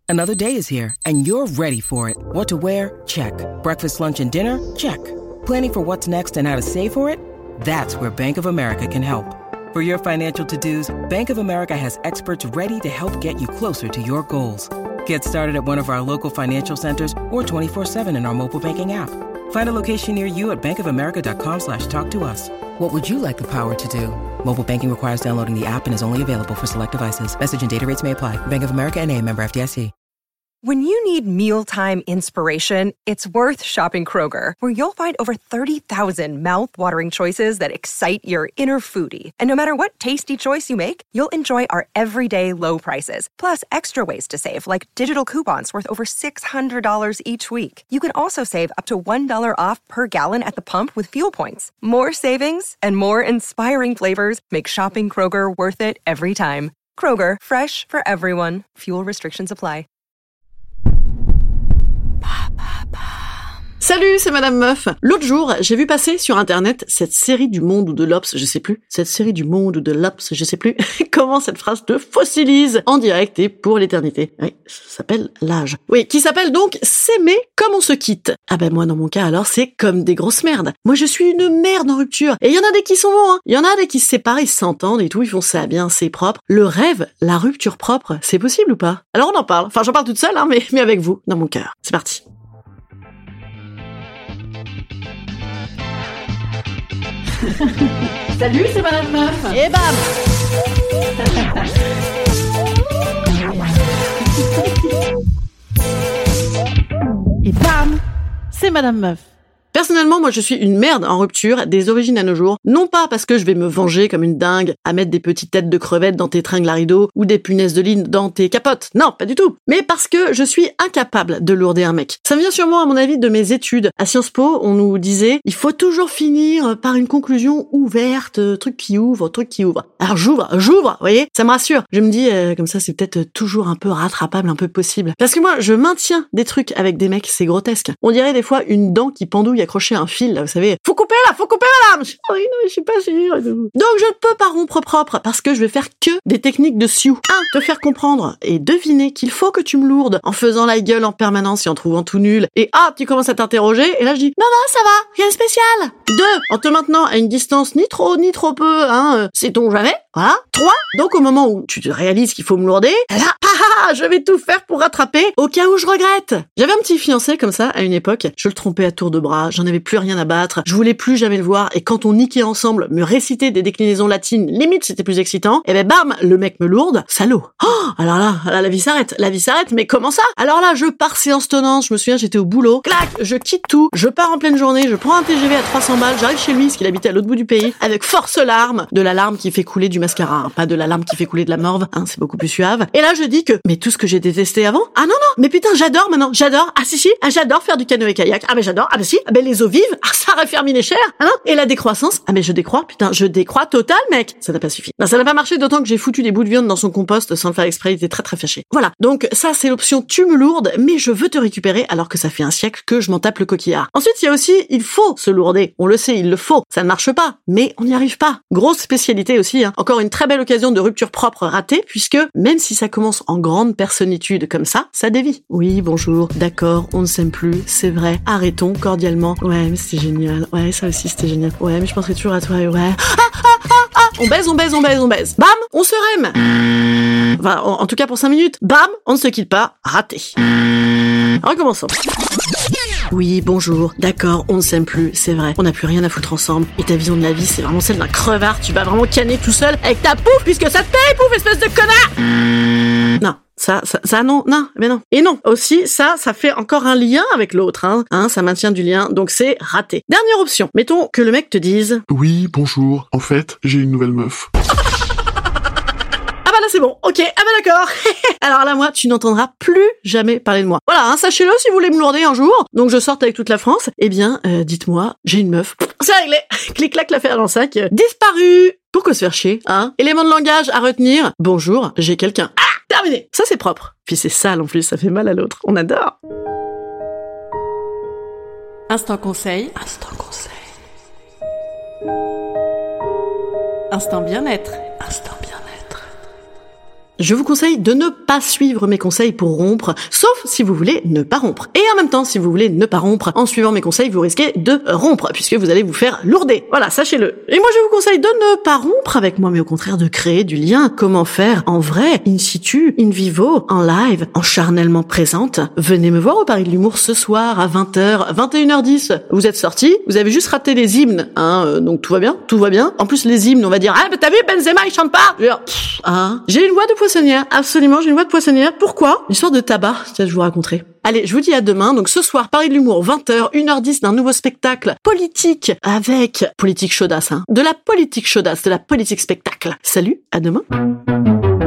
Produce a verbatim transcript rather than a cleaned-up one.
Another day is here, and you're ready for it. What to wear? Check. Breakfast, lunch, and dinner? Check. Planning for what's next and how to save for it? That's where Bank of America can help. For your financial to-dos, Bank of America has experts ready to help get you closer to your goals. Get started at one of our local financial centers or twenty-four seven in our mobile banking app. Find a location near you at bankofamerica.com slash talk to us. What would you like the power to do? Mobile banking requires downloading the app and is only available for select devices. Message and data rates may apply. Bank of America N A, member F D I C. When you need mealtime inspiration, it's worth shopping Kroger, where you'll find over thirty thousand mouth-watering choices that excite your inner foodie. And no matter what tasty choice you make, you'll enjoy our everyday low prices, plus extra ways to save, like digital coupons worth over six hundred dollars each week. You can also save up to one dollar off per gallon at the pump with fuel points. More savings and more inspiring flavors make shopping Kroger worth it every time. Kroger, fresh for everyone. Fuel restrictions apply. Salut, c'est Madame Meuf. L'autre jour, j'ai vu passer sur Internet cette série du Monde ou de l'Obs, je sais plus. Cette série du Monde ou de l'Obs, je sais plus. Comment cette phrase te fossilise en direct et pour l'éternité. Oui, ça s'appelle l'âge. Oui, qui s'appelle donc S'aimer comme on se quitte. Ah ben moi, dans mon cas, alors, c'est comme des grosses merdes. Moi, je suis une merde en rupture. Et il y en a des qui sont bons, hein. Il y en a des qui se séparent, ils s'entendent et tout, ils font ça bien, c'est propre. Le rêve, la rupture propre, c'est possible ou pas? Alors on en parle. Enfin, j'en parle toute seule, hein, mais, mais avec vous, dans mon cœur. C'est parti. Salut, c'est Madame Meuf. Et bam. Et bam, c'est Madame Meuf. Personnellement, moi, je suis une merde en rupture, des origines à nos jours. Non pas parce que je vais me venger comme une dingue à mettre des petites têtes de crevettes dans tes tringles à rideaux ou des punaises de lit dans tes capotes. Non, pas du tout. Mais parce que je suis incapable de lourder un mec. Ça vient sûrement, à mon avis, de mes études. À Sciences Po, on nous disait, il faut toujours finir par une conclusion ouverte, truc qui ouvre, truc qui ouvre. Alors j'ouvre, j'ouvre, vous voyez, ça me rassure. Je me dis, euh, comme ça, c'est peut-être toujours un peu rattrapable, un peu possible. Parce que moi, je maintiens des trucs avec des mecs, c'est grotesque. On dirait des fois une dent qui pendouille accroché à un fil, là, vous savez. Faut couper là, faut couper madame. Oh, oui, non, je suis pas sûre. Donc je ne peux pas rompre propre parce que je vais faire que des techniques de sioux. Un, te faire comprendre et deviner qu'il faut que tu me lourdes en faisant la gueule en permanence et en trouvant tout nul. Et ah, tu commences à t'interroger et là je dis non non ça va, rien de spécial. Deux, en te maintenant à une distance ni trop ni trop peu, hein, euh, sait-on jamais. Voilà. Trois, donc au moment où tu te réalises qu'il faut me lourder, là, ah, ah, je vais tout faire pour rattraper au cas où je regrette. J'avais un petit fiancé comme ça à une époque. Je le trompais à tour de bras, j'en avais plus rien à battre, je voulais plus jamais le voir et quand on niquait ensemble, me réciter des déclinaisons latines, limite c'était plus excitant, et ben bam, le mec me lourde, salaud. Oh, alors là, là, la vie s'arrête, la vie s'arrête, mais comment ça? Alors là, je pars séance tenante, je me souviens, j'étais au boulot, clac, je quitte tout, je pars en pleine journée, je prends un T G V à trois cents balles, j'arrive chez lui, parce qu'il habitait à l'autre bout du pays, avec force larmes, de la larme qui fait couler du mascara, hein, pas de la larme qui fait couler de la morve, hein, c'est beaucoup plus suave. Et là, je dis que, mais tout ce que j'ai détesté avant, ah non, non, mais putain, j'adore maintenant, j'adore, ah si si, ah j'adore faire du canoë-kayak, ah ben j'adore, ah ben si, ah ben les eaux vives, ah ça raffermit les chairs, ah non, et la décroissance, ah mais je décrois, putain, je décrois total, mec. Ça n'a pas suffi. Non, ça n'a pas marché, d'autant que j'ai foutu des bouts de viande dans son compost sans le faire exprès, il était très très fâché. Voilà. Donc ça, c'est l'option tu me lourdes, mais je veux te récupérer alors que ça fait un siècle que je m'en tape le coquillard. Ensuite, il y a aussi, il faut se lourder. On le sait, il le faut. Ça ne marche pas, mais on n'y arrive pas. Grosse spécialité aussi, hein. Encore une très belle occasion de rupture propre ratée, puisque même si ça commence en grande personnitude comme ça, ça dévie. Oui, bonjour, d'accord, on ne s'aime plus, c'est vrai, arrêtons cordialement. Ouais, mais c'était génial. Ouais, ça aussi c'était génial. Ouais, mais je penserai toujours à toi, ouais. Ah, ah, ah, ah. On baise, on baise, on baise, on baise. Bam, on se rème. Enfin, en, en tout cas pour cinq minutes. Bam, on ne se quitte pas. Raté. Recommençons. Oui, bonjour, d'accord, on ne s'aime plus, c'est vrai, on n'a plus rien à foutre ensemble, et ta vision de la vie, c'est vraiment celle d'un crevard, tu vas vraiment canner tout seul avec ta pouffe, puisque ça te paye, pouffe, espèce de connard. Non. Ça, ça, ça, non, non, mais non. Et non, aussi, ça, ça fait encore un lien avec l'autre, hein, hein, ça maintient du lien, donc c'est raté. Dernière option, mettons que le mec te dise « Oui, bonjour, en fait, j'ai une nouvelle meuf. » Ah bah là c'est bon, ok, ah bah d'accord. Alors là moi, tu n'entendras plus jamais parler de moi. Voilà, hein, sachez-le si vous voulez me lourder un jour, donc je sorte avec toute la France, eh bien, euh, dites-moi, j'ai une meuf. C'est réglé. Clic-clac, l'affaire dans le sac. Disparu. Pourquoi se faire chier, hein? Élément de langage à retenir. Bonjour, j'ai quelqu'un. Ah, terminé. Ça c'est propre. Puis c'est sale en plus, ça fait mal à l'autre. On adore. Instant conseil. Instant conseil. Instant bien-être. Instant bien-être. je vous conseille de ne pas suivre mes conseils pour rompre, sauf si vous voulez ne pas rompre. Et en même temps, si vous voulez ne pas rompre, en suivant mes conseils, vous risquez de rompre, puisque vous allez vous faire lourder. Voilà, sachez-le. Et moi, je vous conseille de ne pas rompre avec moi, mais au contraire de créer du lien. Comment faire en vrai, in situ, in vivo, en live, en charnellement présente. Venez me voir au Paris de l'Humour ce soir à vingt heures, vingt et une heures dix. Vous êtes sortis, vous avez juste raté les hymnes, hein, euh, donc tout va bien, tout va bien. En plus, les hymnes, on va dire, ah, bah t'as vu, Benzema, il chante pas! Genre, pff, hein. J'ai une voix de poissonnière, absolument, j'ai une voix de poissonnière. Pourquoi? Une histoire de tabac, ça je vous raconterai. Allez, je vous dis à demain. Donc ce soir, Paris de l'Humour, vingt heures, une heure dix d'un nouveau spectacle politique avec politique chaudasse, hein. De la politique chaudasse, de la politique spectacle. Salut, à demain.